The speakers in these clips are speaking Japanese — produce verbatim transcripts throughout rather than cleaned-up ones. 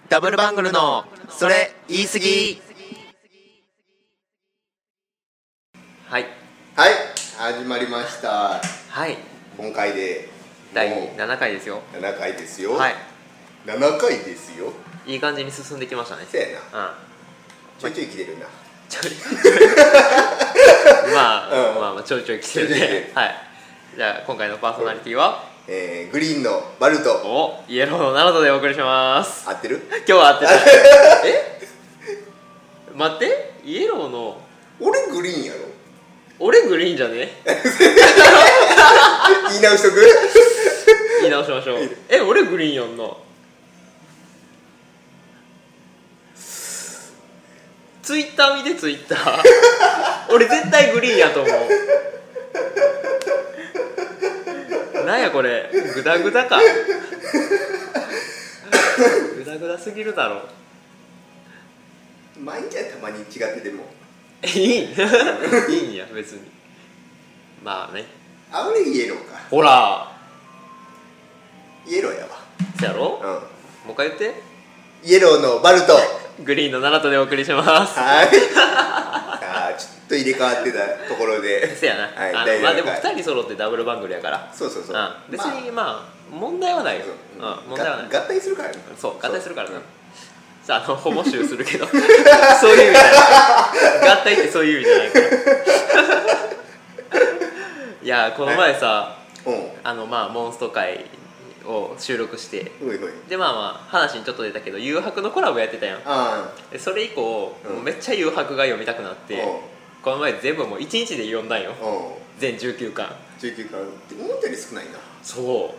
ダブルバングルのそれ言い過ぎ。 はいはい始まりました。 はい、 今回でだいななかいですよ。 ななかいですよ。 はい、 ななかいですよ。 いい感じに進んできましたね。 そうやな、 うん、 ちょいちょい来てるな。 ちょいまあ、 うん、 まあまあちょいちょい来てるちょいちょい来てね。はい、じゃあ今回のパーソナリティは、 えー、グリーンのバルト。 おイエローのナナトでお送りします。 合ってる？ 今日は合ってたえ待って、イエローの俺グリーンやろ。 俺グリーンじゃね言い直しとく言い直しましょう。え、俺グリーンやんな。ツイッター見て、ツイッター俺絶対グリーンやと思う。なんやこれ、グダグダかグダグダすぎるだろ。 まあいいんじゃん、たまに違っててもいいいいんや別に。まあね、 あ、俺イエローか。 ほらイエローやわ。 そやろ、 うん、 もう一回言って。 イエローのバルトグリーンのナナトでお送りします。 はいあ、ちょっと入れ替わってたところでせやな、 はい、 あのまあでもふたり揃ってダブルバングルやから。 そうそうそう、 うん、別にまあ問題はないよ。うん、問題はない。 合体するからね。 そう、合体するからな。さあ、あのホモ臭するけどそういう意味じゃない合体ってそういう意味じゃないからいや、この前さ、 はい、うん、 あのまあモンスト会を収録して、 ほいほいでまあまあ話にちょっと出たけど、誘白のコラボやってたやん。 あでそれ以降、 うん、 もうめっちゃ誘白が読みたくなって、この前全部もういちにちで読んだんよ。全じゅうきゅうかん。 じゅうきゅうかんって思ったより少ないな。 そう、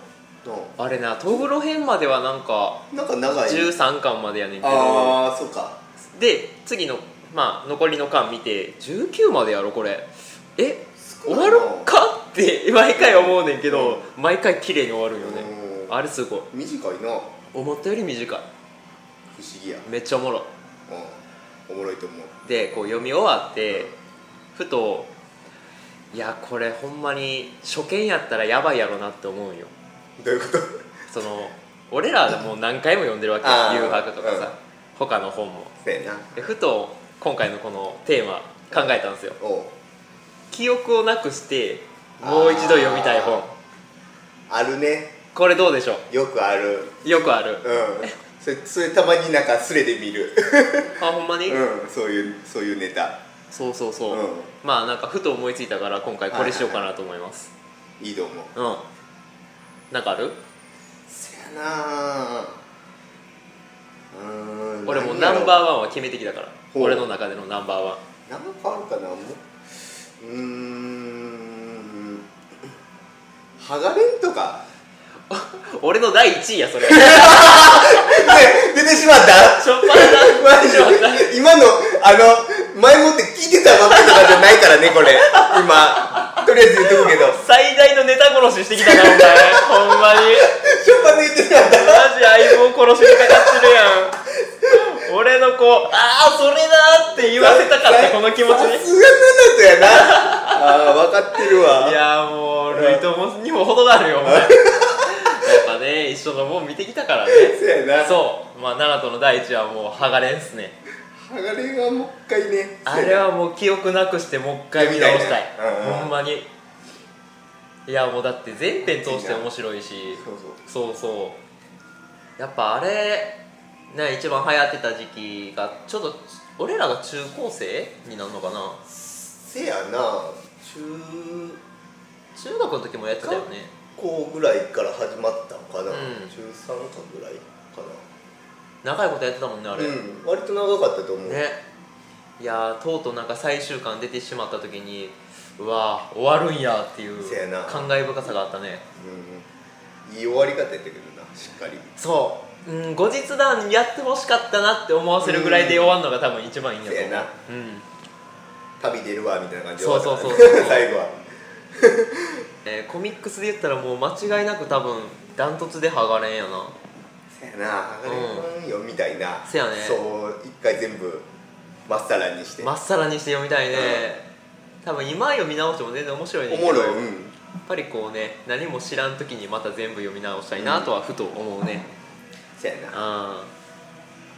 あれな、トグロ編まではなんかなんか長いじゅうさんかんまでやねんけど、 ああそうか。 で次のまあ残りの巻見てじゅうきゅうまでやろこれ、え終わるかって毎回思うねんけど、うん、毎回綺麗に終わるんよね。あれすごい短いな。 思ったより短い。 不思議や。 めっちゃおもろい。 うん、おもろいと思う。でこう読み終わって、うん、ふといやこれほんまに初見やったらやばいやろなって思うんよ。 どういうこと？ その俺らもう何回も読んでるわけよ誘白とかさ、うん、他の本も。 そうやな。 でふと今回のこのテーマ考えたんですよ。記憶をなくしてもう一度読みたい本。 あるね。 これどうでしょう？よくある。 よくある。 うん。それ、それたまになんかスレで見るあ、ほんまに？ うん、そういうそういうネタ。 そうそうそう、うん、まあなんかふと思いついたから今回これしようかなと思います。 いいと思う。 うん。なんかある？ せやな。うーん。 俺もうナンバーワンは決めてきたから。俺の中でのナンバーワン。 何かあるかな。もう。うーん。ハガレンとか。 俺のだいいちいやそれ。 ね、出てしまった。 しょっぱなだ。 今のあの前もって聞いてたわけとかじゃないからねこれ。今とりあえず言っとくけど。 最大のネタ殺ししてきたなお前。ほんまに。 しょっぱな言ってしまった。 マジ相棒殺しにかかってるやん。俺の子、ああそれだって言わせたかったこの気持ちに。 さすがナナトやな。ああ分かってるわ。 いやもう類ともにも程があるよお前。やっぱね、一緒のもん見てきたからね。 そうやな。 そう、まあナナトの第一はもうハガレンっすね。 ハガレンはもう一回ね。 あれはもう記憶なくしてもう一回見直したい。うんうん、ほんまに。いやもうだって全編通して面白いし。そうそう。そうそう。やっぱあれね、一番流行ってた時期がちょっと俺らが中高生になるのかな。 せやな。中中学の時もやってたよね。 高校ぐらいから始まったのかな、うん、中さんかぐらいかな。 長いことやってたもんねあれ、 うん、割と長かったと思うね。いやとうとうなんか最終巻出てしまった時にうわ終わるんやっていう感慨深さがあったね。 うん、いい終わり方やったけどな、しっかり。 そう、うん、後日談やってほしかったなって思わせるぐらいで終わるのが多分一番いいんやと思う。 そうやな、うん、旅出るわみたいな感じで終わった。そうそうそうそう最後はえー、コミックスで言ったらもう間違いなく多分ダントツでハガレンやな。 せやな、ハガレン読みたいな。 せやね。 そう一回全部まっさらにしてまっさらにして読みたいね、うん、多分今読み直しても全然面白いねんけど、 おもろい、うん、 やっぱりこうね、何も知らん時にまた全部読み直したいなとはふと思うね。 そうやな。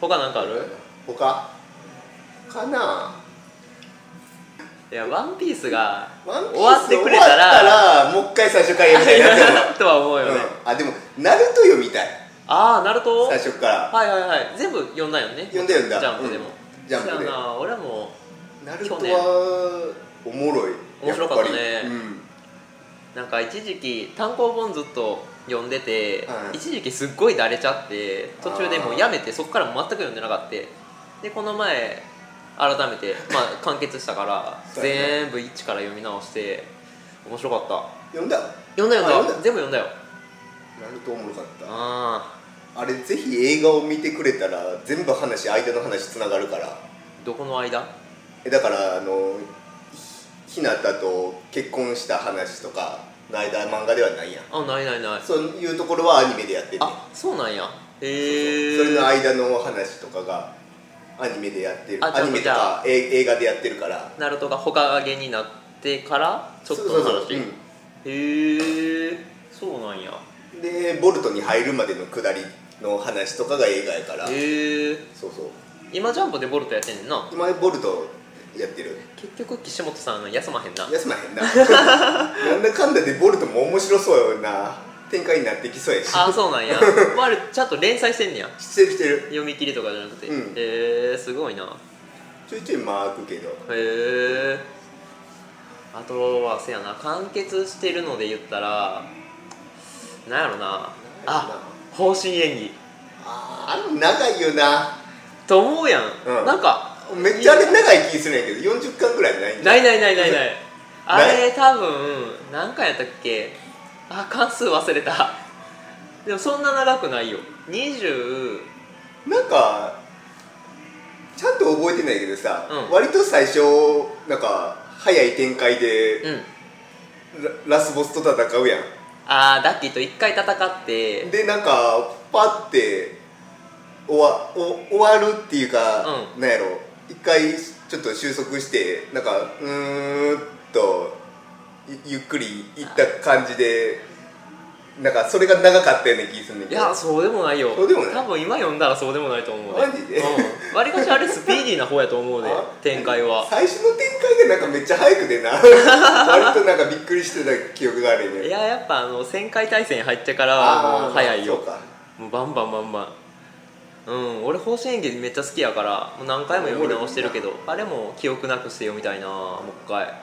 他なんかある？ 他かな。 いやワンピースがワンピース終わってくれたら終わったらもう一回最初からやりたいなって思うとは思うよね、 うん、あでもナルト読みたい。 ああナルト最初からはいはいはい全部読んだよね。 読んだ読んだジャンプでも、 うん、ジャンプでそうやな俺もナルトはおもろい。 面白かったね、 うん、 なんか一時期単行本ずっと読んでて、 はい、 一時期すっごいだれちゃって途中でもうやめてそっから全く読んでなかった。でこの前改めて、まあ、完結したから全部一から読み直して面白かった。 読んだ読んだ読んだ読んだ全部読んだよ。 ナルトおもろかった。 ああれぜひ映画を見てくれたら全部話間の話つながるから。 どこの間？ えだからあのひなたと結婚した話とかの間漫画ではないやん。 あないないない。 そういうところはアニメでやってるね。 あそうなんや。へえ。 それの間の話とかがアニメでやってる。 あアニメとか映画でやってるから。 ナルトがほかげになってからちょっとの話。 そうそうそう、うん、 へえそうなんや。 でボルトに入るまでの下りの話とかが映画やから。 へえそうそう今ジャンプでボルトやってんねんな。 今ボルトやってる。 結局岸本さん休まへんな。 休まへんななんだかんだでボルトも面白そうよな展開になってきそうやし。 あそうなんやまあ、あれちゃんと連載してんねや。 してるしてる。 読み切りとかじゃなくて、 うん、 へえすごいな。 ちょいちょいマークけど。 へえあとはせやな完結してるので言ったらなんやろなあ方針演技ああれ長いよなと思うやん、 うん、 なんかめっちゃあれ長い気するんやけどよんじゅっかんぐらいないんじゃん。 ないないないないないあれ多分何回やったっけ。あ関数忘れたでもそんな長くないよ。にじゅうなんかちゃんと覚えてないけどさ、 うん、 割と最初なんか早い展開で、 うん、 ラ, ラスボスと戦うやん。 あーダッキーと一回戦ってでなんかパッて終 わ, 終わるっていうか、うん、なんやろ一回ちょっと収束してなんかうーんとゆっくりいった感じでなんかそれが長かったような気がするんだけど。 いやそうでもないよ。 そうでもない。 多分今読んだらそうでもないと思うね。 マジで、 うん、割かしあれスピーディーな方やと思うね展開は。 最初の展開がなんかめっちゃ早くてな割となんかびっくりしてた記憶があるね。 いややっぱあの旋回対戦入ってからはもう早いよ。 そうかもうバンバンバンバン。うん俺方針演技めっちゃ好きやからもう何回も読み直してるけどあれも記憶なくして読みたいなもう一回。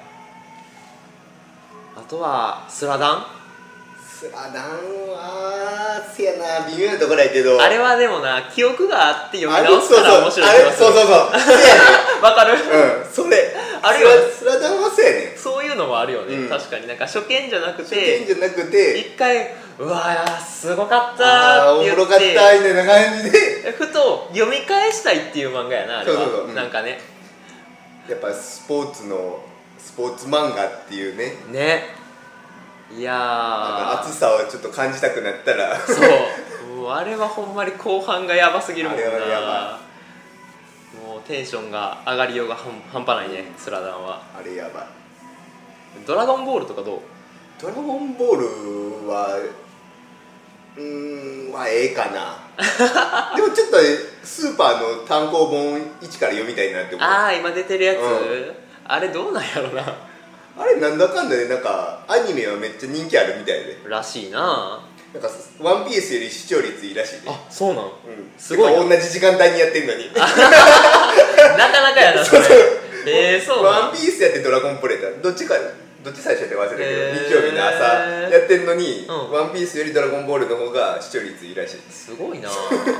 あとはスラダンスラダンはせやな微妙なところやけどあれはでもな記憶があって読み直したら面白い気がする。 そうそうそうせやねわかるうんそれあるよスラダンはそうやねそういうのもあるよね、うん、確かになんか初見じゃなくて初見じゃなくて一回うわーすごかったって言ってあーおもろかったみたいな感じでふと読み返したいっていう漫画やなあれは。 そうそうそう、うん、 なんかねやっぱスポーツのスポーツ漫画っていうねねいやー熱さをちょっと感じたくなったらそうもうあれはほんまに後半がやばすぎるもんな。 あれはやばいもうテンションが上がりようが半端ないねスラダンは。 あれやばい。 ドラゴンボールとかどう？ ドラゴンボールはうーんまあええかなでもちょっとスーパーの単行本一から読みたいなって思う。 ああ今出てるやつ、うん、あれどうなんやろなあれなんだかんだでなんかアニメはめっちゃ人気あるみたいでらしいな。 なんかワンピースより視聴率いいらしいね。 あそうなん、うん、 すごい同じ時間帯にやってんのになかなかやなそれそうそうえー、そうなんワンピースやってドラゴンプレーターどっちかどっち最初やって忘れたけど、えー、日曜日の朝やってんのに、うん、ワンピースよりドラゴンボールの方が視聴率いいらしい。 すごいな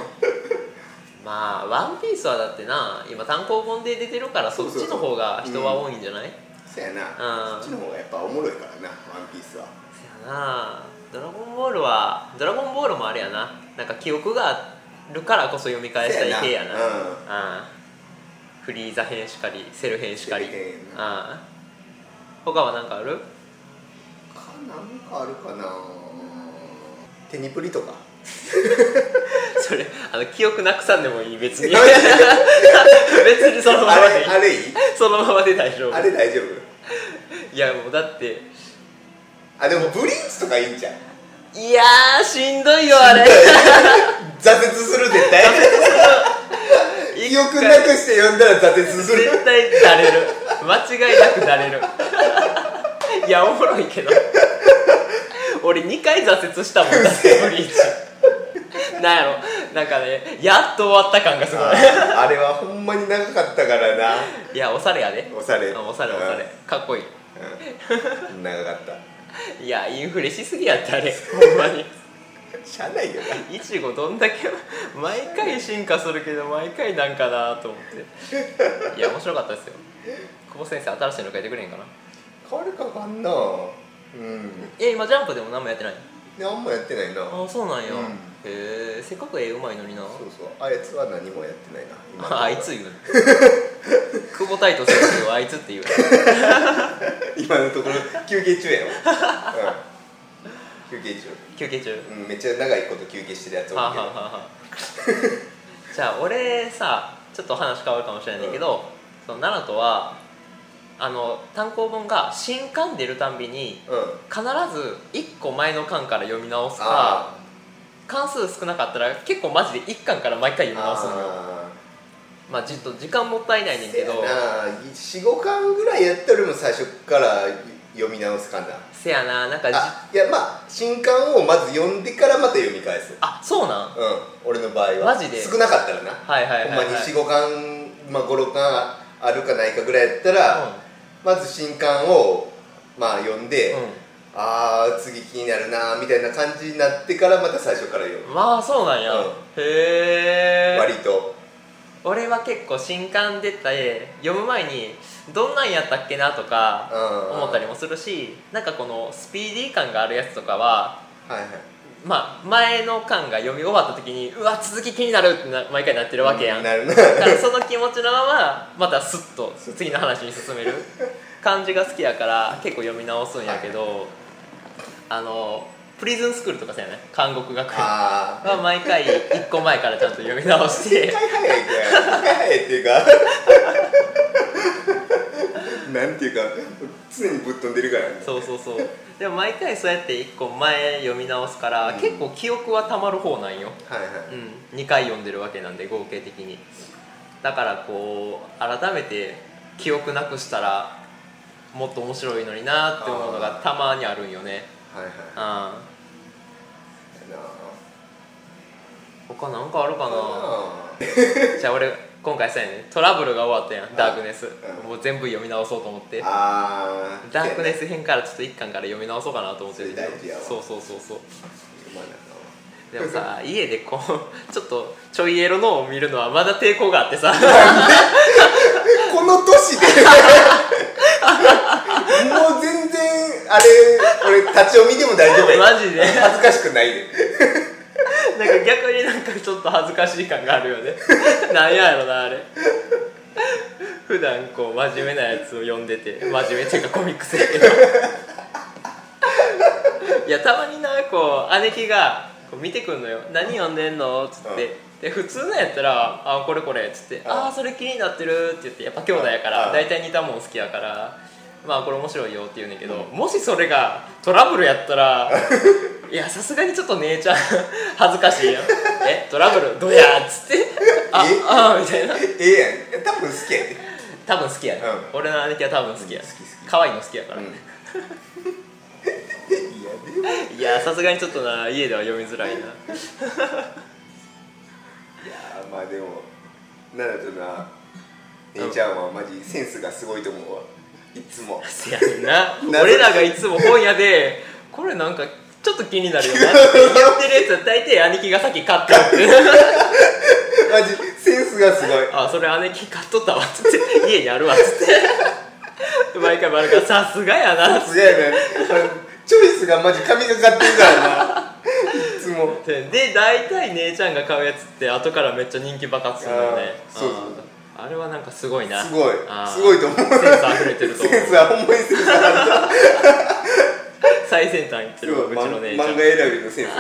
まあワンピースはだってな今単行本で出てるからそっちの方が人は多いんじゃない？ そうやな、そっちの方がやっぱおもろいからなワンピースは。 そうやなドラゴンボールはドラゴンボールもあれやななんか記憶があるからこそ読み返したい系やな。うん、フリーザ編しかりセル編しかり。あ他は何かある？ かなんかあるかなテニプリとかそれあの記憶なくさんでもいい別に別にそのままでいい。 あれ、あれいいそのままで大丈夫。 あれ大丈夫。 いやもうだってあでもブリーチとかいいんじゃん。 いやーしんどいよあれ挫折する絶対挫折する記憶なくして読んだら挫折する。 絶対だれる、間違いなくだれるいやおもろいけど俺にかい挫折したもんだってブリーチなんやろ、なんかね、やっと終わった感がすごいあ, あれはほんまに長かったからな。 いやおしゃれやで、 おしゃれ、 おしゃれおしゃれ、かっこいい、 うん、長かったいやインフレしすぎやってあれほんまにしゃあないよな。 いちごどんだけ毎回進化するけど毎回なんかなと思っていや面白かったですよ。久保先生新しいの書いてくれへんかな。 変わるかかんな。うんえ今ジャンプでも何もやってない？ いやあんまやってないな。 あそうなんや、 うん、 へえせっかく絵うまいのにな。 そうそう、あいつは何もやってないな今。 あいつ言う久保太斗先生はあいつって言う今のところ休憩中やよ、うん、休憩中休憩中、 うん、めっちゃ長いこと休憩してるやつおるけど、 はあはあはあ、じゃあ俺さちょっと話変わるかもしれないけど、うん、そのナナトはあの単行本が新刊出るたんびに、うん、必ずいっこまえの巻から読み直すか、巻数少なかったら結構マジでいっかんから毎回読み直すのよ。まあちょっと時間もったいないねんけど、よん、ごかんぐらいやったらも最初から読み直すかな。 せやな、なんかあいやまあ新刊をまず読んでからまた読み返す。 あそうなん。 うん俺の場合はマジで少なかったらな、 はいはいはい、はい、 ほんまによん、ごかん、まあ、ご、ろっかんあるかないかぐらいやったら、うんまず新刊をまあ読んで、うん、あー次気になるなみたいな感じになってからまた最初から読む。 まあそうなんや、うん、へえ。 割と俺は結構新刊出た絵読む前にどんなんやったっけなとか思ったりもするし、なんかこのスピーディー感があるやつとかは、はいはい、まあ前の巻が読み終わった時にうわ続き気になるってな毎回なってるわけやん、うん、なるな。だからその気持ちのまままたスッと次の話に進める感じが好きやから結構読み直すんやけど、はい、あのプリズンスクールとかさやね、監獄学園は毎回いっこまえからちゃんと読み直して一回早い一回早いっていうかなんていうか常にぶっ飛んでるからね。 そうそうそう。でも毎回そうやっていっこまえ読み直すから、うん、結構記憶はたまる方なんよ、はいはいうん、にかい読んでるわけなんで合計的に。だからこう改めて記憶なくしたらもっと面白いのになって思うのがたまにあるんよね。はいはい、あ他なんかあるかなじゃあ俺今回さやねトラブルが終わったやん、ダークネス、うん、もう全部読み直そうと思って、あダークネス編からちょっといっかんから読み直そうかなと思ってるけど、そうそうそうそう。でもさ家でこうちょっとちょいエロのを見るのはまだ抵抗があってさこの年でもう全然あれ俺立ち読みでも大丈夫やマジで恥ずかしくないでなんか逆になんかちょっと恥ずかしい感があるよねなんやろなあれ普段こう真面目なやつを読んでて真面目っていうかコミックスやけどいやたまになこう姉貴がこう見てくんのよ、何読んでんのっつって、で普通のやったらあこれこれっつってああそれ気になってるって言って、やっぱ兄弟やから大体似たもん好きやからまあこれ面白いよって言うんだけど、もしそれがトラブルやったらいやさすがにちょっと姉ちゃん恥ずかしいやんえトラブルどうやっつってああみたいなええやん多分好きやで多分好きやね、うん、俺の姉貴は多分好きや、うん、好き好き可愛いの好きやから、うんいやさすがにちょっとな家では読みづらいないやまあでもなんだとな姉ちゃんはマジセンスがすごいと思うわいつもせやねんな俺らがいつも本屋でこれなんかちょっと気になるよなって言ってるやつは大抵兄貴が先買ってってマジセンスがすごいあそれ姉貴買っとったわっつって家にあるわっつって毎回毎回さすがやなさすがやねチョイスがマジ神がかってるからないつもで大体姉ちゃんが買うやつって後からめっちゃ人気爆発するのね。 そうそうあれはなんかすごいなすごいすごいと思うセンス溢れてると思うセンスはほんまにセンスがある最先端いってるうちの姉ちゃん漫画選びのセンス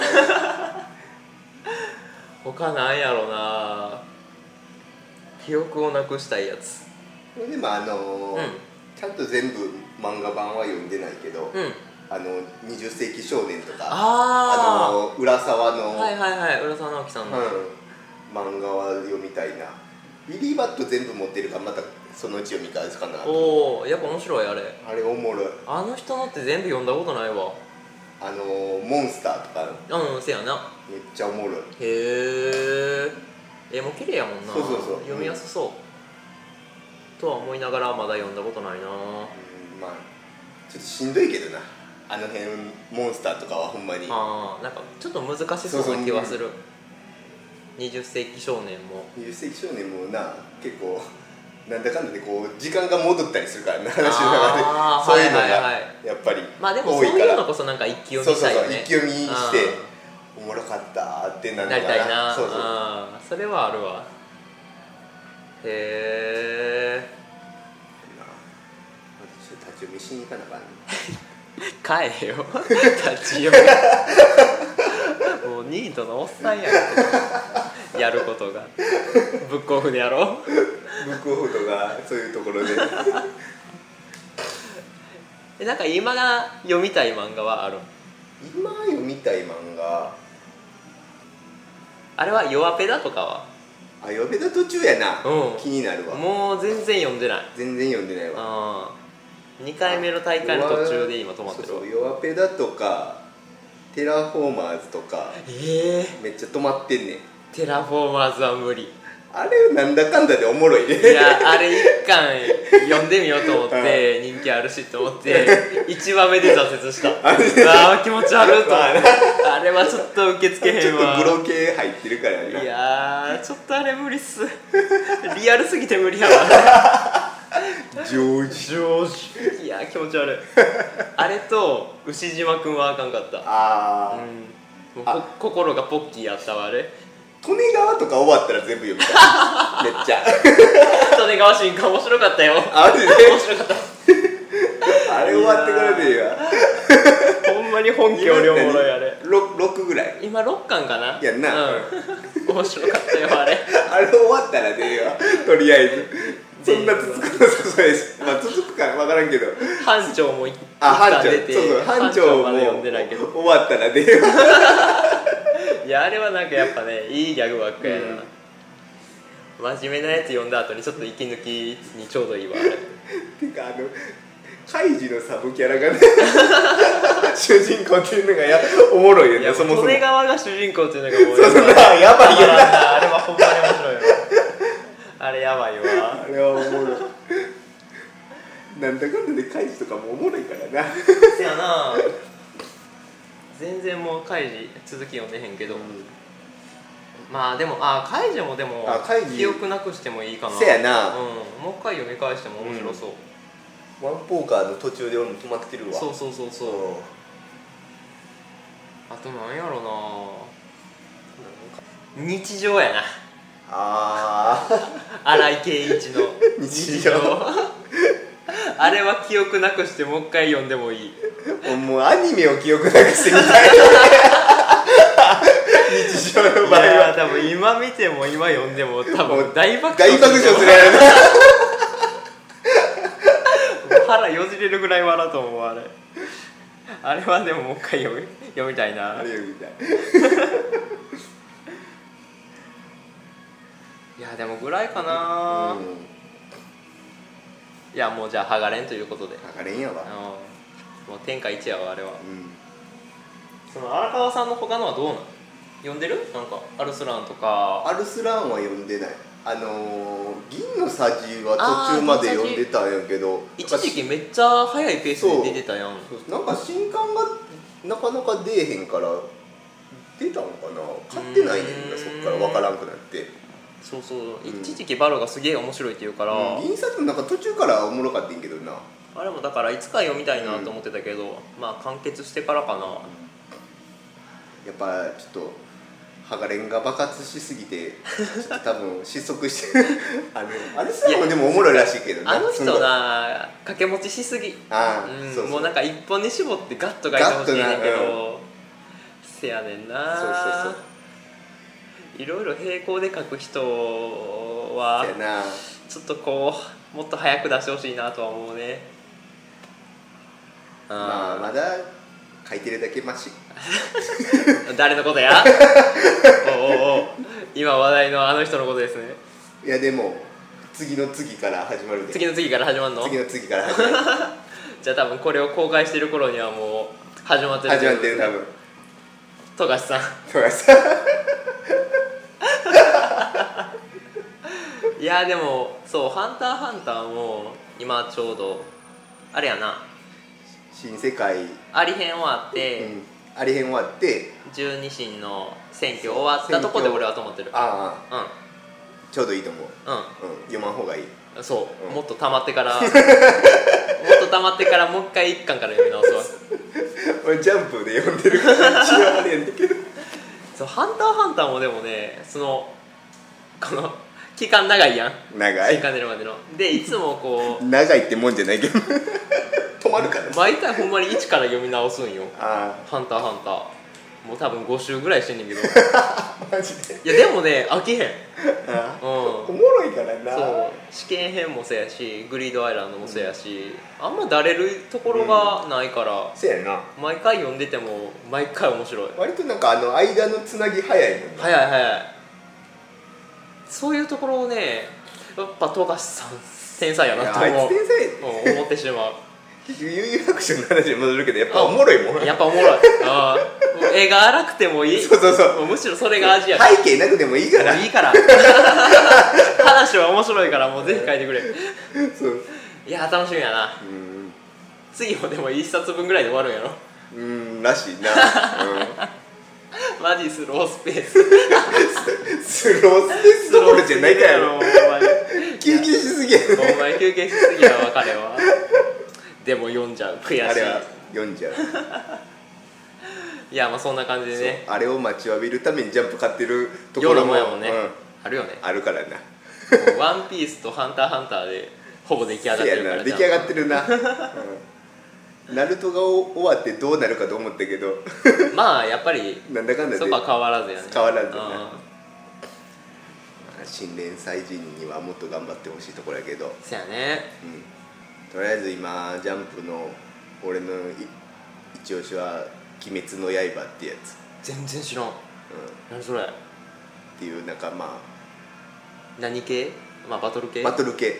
他なんやろな記憶をなくしたいやつでもあのーうん、ちゃんと全部漫画版は読んでないけど、うんあのにじゅっ世紀少年とかああの浦沢のはいはいはい浦沢直樹さんの、 うん、漫画は読みたいなウィリーバット全部持ってるからまたそのうち読み返すかな。 おお、やっぱ面白いあれ。 あれおもろい。 あの人のって全部読んだことないわ。 あのー、モンスターとかうん、せやな。 めっちゃおもろい。 へえ。絵も綺麗やもんな。 そうそうそう読みやすそう、うん、とは思いながらまだ読んだことないな。うん、 まあちょっとしんどいけどな、あの辺モンスターとかはほんまに。 ああ、なんかちょっと難しそうな気はする。にじゅっせいき少年もにじゅっせいき少年もな、結構なんだかんだでこう時間が戻ったりするからな、話の中でそういうのがやっぱりまあでもそういうのこそなんか一気読みしたいよね。 そうそうそう、一気読みしておもろかったってなるのかな。 なりたいな。 そうそう、 あ、それはあるわ。へえ。 私立ち読みしに行かなあかんね。 帰れよ立ち読みもうニートのおっさんやんやることがブックオフでやろう。 ブックオフとかそういうところでえ、なんか今が読みたい漫画はある？ 今読みたい漫画、 あれは弱ペダとかは？ あ、呼べた途中やな、 うん、 気になるわ。 もう全然読んでない。 全然読んでないわ。 あ、にかいめの大会の途中で今止まってるわ。 そうそう、弱ペダとかテラフォーマーズとか、 えー、 めっちゃ止まってんねん。 テラフォーマーズは無理。 あれなんだかんだでおもろいね。 いや、あれ一巻読んでみようと思って人気あるしと思っていちわめで挫折した。ああ、気持ち悪いと思ってあれはちょっと受け付けへんわ。 ちょっとグロ系入ってるからな。 いやー、ちょっとあれ無理っすリアルすぎて無理やわジョージジョージ、いやー気持ち悪いあれと牛島くんはあかんかった。 あー、うん、もうこ心がポッキーやったわ。あれ利根川とか終わったら全部読みたいめっちゃ利根川新刊面白かったよ。 あれね、 面白かったあれ終わってからでいいわほんまに本家おりおもろい。あれ 6, 6ぐらい今ろっかんかな。 やんな、 うん、面白かったよあれあれ終わったらでいいわ、とりあえず。そんな続くのさそうです。まあ続くか分からんけど、 班長も一あ、班長出て、 そうそう、班長もまで読んでないけど終わったらでいいわいや、あれはなんかやっぱね、いいギャグばっかやな、うん、真面目なやつ読んだ後にちょっと息抜きにちょうどいいわあれてか、あのカイジのサブキャラがね主人公っていうのがやおもろいよね。そもそも利根川が主人公っていうのがもうそうそう、やばいよなあれはほんまに面白いわあれやばいわ。 あれはおもろいなんだかんだでカイジとかもおもろいからな。 せやな、全然もうカイジ続き読んでへんけど、うん、まあでも、あ、カイジもでも記憶なくしてもいいかな。 せやな、 うん、もう一回読み返しても面白そう、 うん、ワンポーカーの途中で俺も止まってるわ。 そうそうそうそう、うん、あとなんやろな、日常やな。 ああ新井圭一の日常あれは記憶なくしてもう一回読んでもいい。 もうアニメを記憶なくしてみたい日常の場合は。 いや多分今見ても今読んでも多分大爆笑大爆笑するやろ腹よじれるぐらい笑うと思う。あれあれはでももう一回読み読みたいな。 あれ読みたいいやでもぐらいかな、うん、いやもうじゃあハガレンということで。 ハガレンやわ、 もう天下一やわあれは、うん、その荒川さんの他のはどうなん？読んでる？なんかアルスランとか。 アルスランは読んでない。あのー、銀のさじは途中まで読んでたんやけど、 一時期めっちゃ速いペースで出てたやん。 なんか新刊がなかなか出えへんから出たのかな、買ってないねんな、そっから分からんくなって。 そうそう、うん、一時期バロがすげえ面白いって言うから、 うん、銀さじもなんか途中からおもろかったんけどな。 あれもだからいつか読みたいなと思ってたけど、うん、まあ完結してからかな。 やっぱちょっとハガレンが爆発しすぎてちょっと多分失速してあのあれすらもでもおもろいらしいけどね。 あの人な掛け持ちしすぎ。あ、うん、そうそう、もうなんか一本に絞ってガッと書いてほしいねんけど、うん、せやねんな。そうそうそう、いろいろ並行で書く人はちょっとこうもっと早く出してほしいなとは思うね。 まあまだ書いてるだけマシ誰のことやおうおうおう、今話題のあの人のことですね。 いやでも次の次から始まるで。 次の次から始まるの？ 次の次から始まるじゃあ多分これを公開してる頃にはもう始まってる。 始まってる多分。 富樫さん富樫さんいやでもそうハンターハンターも今ちょうどあれやな、 新世界、 アリ編終わって、 うん、アリ編終わって十二神の選挙終わったとこで俺はと思ってる。 ああ、 うん、 ちょうどいいと思う。 うん、 うん、読まん方がいい。 そう、 うん、 もっと溜まってからもっと溜まってからもう一回一巻から読み直すわ俺ジャンプで読んでるから一応あれやんだけどそうハンターハンターもでもね、そのこの期間長いやん、 長い新刊出るまでので、いつもこう長いってもんじゃないけど止まるから毎回ほんまに一から読み直すんよ。 あハンターハンターもう多分ご週ぐらいしてんねんけどマジでいやでもね飽きへん。 あ、 うん、 おもろいからな。 そう試験編もそうやしグリードアイランドもそうやし、うん、あんまだれるところがないから、うん、 そうやな、 毎回読んでても毎回面白い。 割となんかあの間のつなぎ早いもんね。 早い早い。そういうところをねやっぱ富樫さん天才やなと思う。 あいつ天才、 うん、思ってしまう悠々白書の話に戻るけどやっぱおもろいもん。 やっぱおもろい。あもう絵が荒くてもいい。 そうそうそう、 もうむしろそれが味や背景なくてもいいからいいから話は面白いからもうぜひ書いてくれそういや楽しみやな。 うん次もでもいっさつぶんぐらいで終わるんやろ。 うんらしいな、うん、 マジスロースペーススロースペースどころじゃないからよ。休憩しすぎやろ。 お前休憩しすぎやわ彼は。でも読んじゃう悔しい。 あれは読んじゃういやまあそんな感じでね、 あれを待ちわびるためにジャンプ買ってるところも夜もやもんね、 うん、 あるよね。 あるからな。 ワンピースとハンターハンターでほぼ出来上がってるから。 出来上がってるな、うん、ナルトが終わってどうなるかと思ったけどまあやっぱりなんだかんだでそこは変わらずやね。 変わらずやな、 うん、 新連載時にはもっと頑張ってほしいところやけど、 そやね、 うん、とりあえず今ジャンプの俺の一押しは「鬼滅の刃」ってやつ。 全然知らん、うん、何それっていうなんかまあ何系？まあバトル系？ バトル系、うん、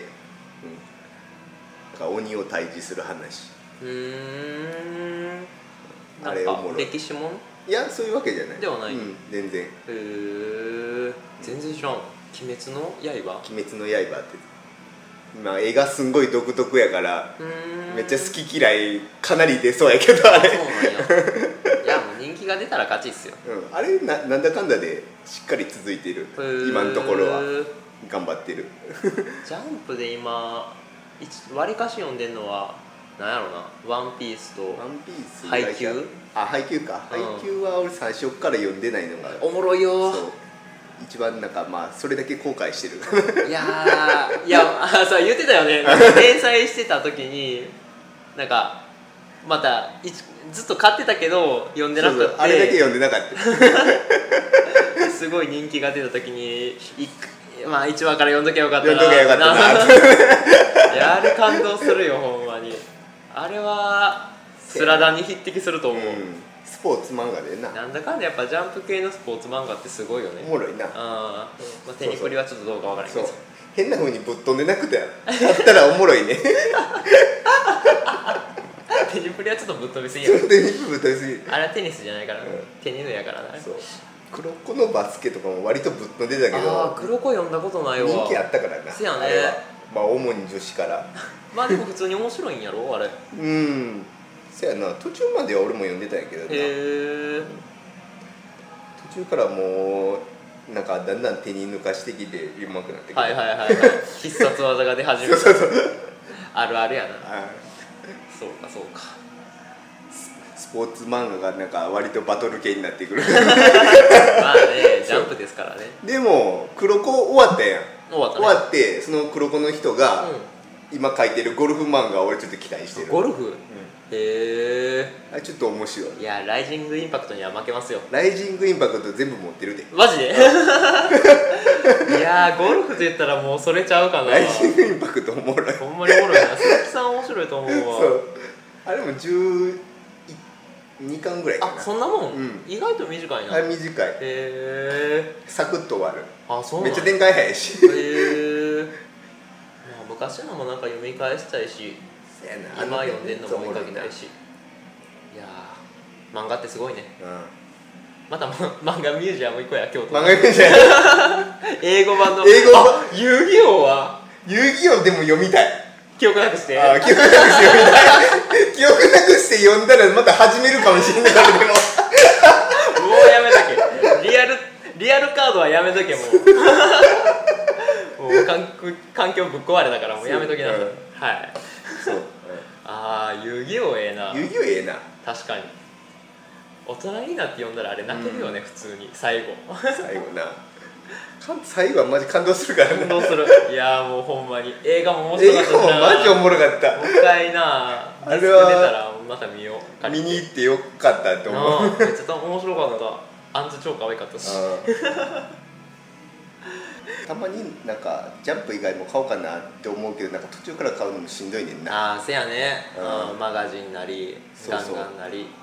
なんか鬼を退治する話。 うーん、 あれおもろい。 歴史もん？ いやそういうわけじゃない。 ではない、うん、 全然。へえ、全然知らん。鬼滅の刃？ 鬼滅の刃ってまあ絵がすんごい独特やからめっちゃ好き嫌いかなり出そうやけど、あれそうなんやいやもう人気が出たら勝ちっすよ、 うん、あれ な, なんだかんだでしっかり続いてる。今のところは頑張ってるジャンプで今わりかし読んでんのはなんやろな、ワンピースとワンピース配給。 あ、配給か、配給は俺最初から読んでないのがおもろいよ。 そう一番なんかまあそれだけ後悔してるいやーいやあそう言ってたよね。連載してた時になんかまたずっと買ってたけど読んでなくて、そうそうあれだけ読んでなかったすごい人気が出た時にまあいちわから読んどきゃよかったな。 読んどきゃよかったな。 いやあれ感動するよほんまに。あれはスラダンに匹敵すると思う、うん、 スポーツ漫画でな。 なんだかんだやっぱジャンプ系のスポーツ漫画ってすごいよね。 おもろいな。 あ、まあ、テニプリはちょっとどうかわからないけど、 変な風にぶっ飛んでなくてあったらおもろいねテニプリはちょっとぶっ飛びすぎやろ。 テニプリぶっ飛びすぎあれはテニスじゃないから、うん、テニヌやからな。 そう黒子のバスケとかも割とぶっ飛んでたけど、 ああ黒子読んだことないわ。 人気あったからな。 せやね。 まあ主に女子からまあでも普通に面白いんやろあれ。 うん、せやな。途中までは俺も読んでたんやけどな。へえ。 途中からもうなんかだんだん手に抜かしてきてうまくなってきて、 はいはいはいはい必殺技が出始めたそうそうそうあるあるやな。 あそうかそうか。 スポーツ漫画がなんか割とバトル系になってくるまあねジャンプですからね。 でも黒子終わったやん。 終わったね。 終わってその黒子の人が、うん、今書いてるゴルフ漫画を俺ちょっと期待してる。ゴルフ、うん、へえ。 あれちょっと面白い。 いやライジングインパクトには負けますよ。 ライジングインパクト全部持ってるで。 マジでいやゴルフと言ったらもうそれちゃうかな。 ライジングインパクトおもろい。 ほんまにおもろいな。鈴木さん面白いと思うわ。 そうあれもじゅうにかんぐらいかな。 あ、そんなもん、 うん、 意外と短いな。 あれ短い。へえサクッと終わる。 あ、そうなんめっちゃ展開早いし。 へえまあ、昔のもなんか読み返したいし、今読んでんのも追いかけたいし。いやー、漫画ってすごいね。うん、また漫画ミュージアム行こうや、京都。 漫画ミュージアム英語版の英語版遊戯王は遊戯王でも読みたい。 記憶なくしてあ記憶なくして読みたい記憶なくして読んだらまた始めるかもしれないからでももうやめとけ。リアルリアルカードはやめとけ。もうもう環環境ぶっ壊れたからもうやめときなさい、うん、はいそう、うん、ああ遊戯王ええな。 遊戯王ええな。 確かに大人になって読んだらあれ泣けるよね、うん、普通に最後最後な最後はマジ感動するからな。 感動する。いやもうほんまに映画も面白かったしな。 映画もマジおもろかった。 もう一回なあれは出たらまた見よう。 見に行ってよかったと思う。 めっちゃ面白かった。アンズ超可愛かったしたまになんかジャンプ以外も買おうかなって思うけど、なんか途中から買うのもしんどいねんな。 ああせやね、 うん、 マガジンなりそうそうガンガンなり。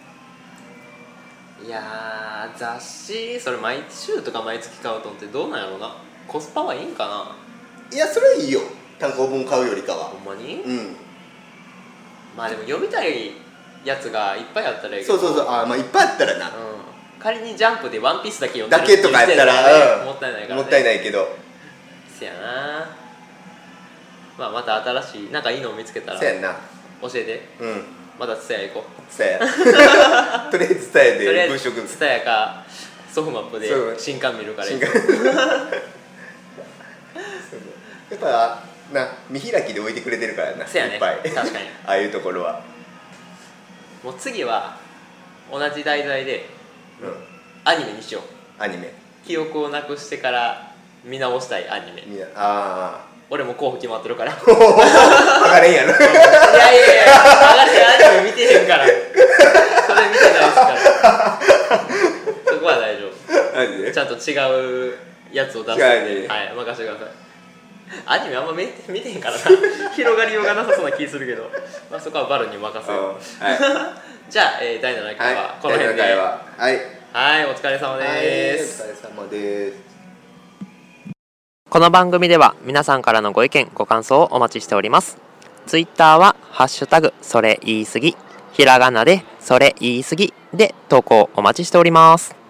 いやー雑誌それ毎週とか毎月買うとってどうなんやろうな。コスパはいいんかな。 いやそれはいいよ、単行本買うよりかは。 ほんまに。 うん。 まあでも読みたいやつがいっぱいあったらいいけど。 そうそうそう、あまあいっぱいあったらな、うん、 仮にジャンプでワンピースだけ読んでるだけとかやったら、 うん、もったいないからね。 もったいないけどせやな。まあまた新しいなんかいいのを見つけたらせやな教えて。うん、またツタヤ行こう。 ツタヤとりあえずツタヤで文章組む。 ツタヤかソフマップで新刊見るからいい。やっぱな見開きで置いてくれてるからな。 せやね、 いっぱい確かにああいうところはもう次は同じ題材で、うん、アニメにしよう。アニメ記憶をなくしてから見直したいアニメ。みなああ俺も候補決まってるから分かれんやろ。いやいやいや分かれん。アニメ見てへんからそれ見てないですからそこは大丈夫。ちゃんと違うやつを出すんで、はい、任せてください。アニメあんま見て、見てへんからな広がりようがなさそうな気するけど、まあ、そこはバルに任せよう、はい、じゃあ、えー、だいななかいはこの辺で、はい、はい、はい、お疲れ様です。 はい、お疲れ様です。 この番組では皆さんからのご意見ご感想をお待ちしております。ツイッターはハッシュタグそれ言い過ぎ、ひらがなでそれ言い過ぎで投稿お待ちしております。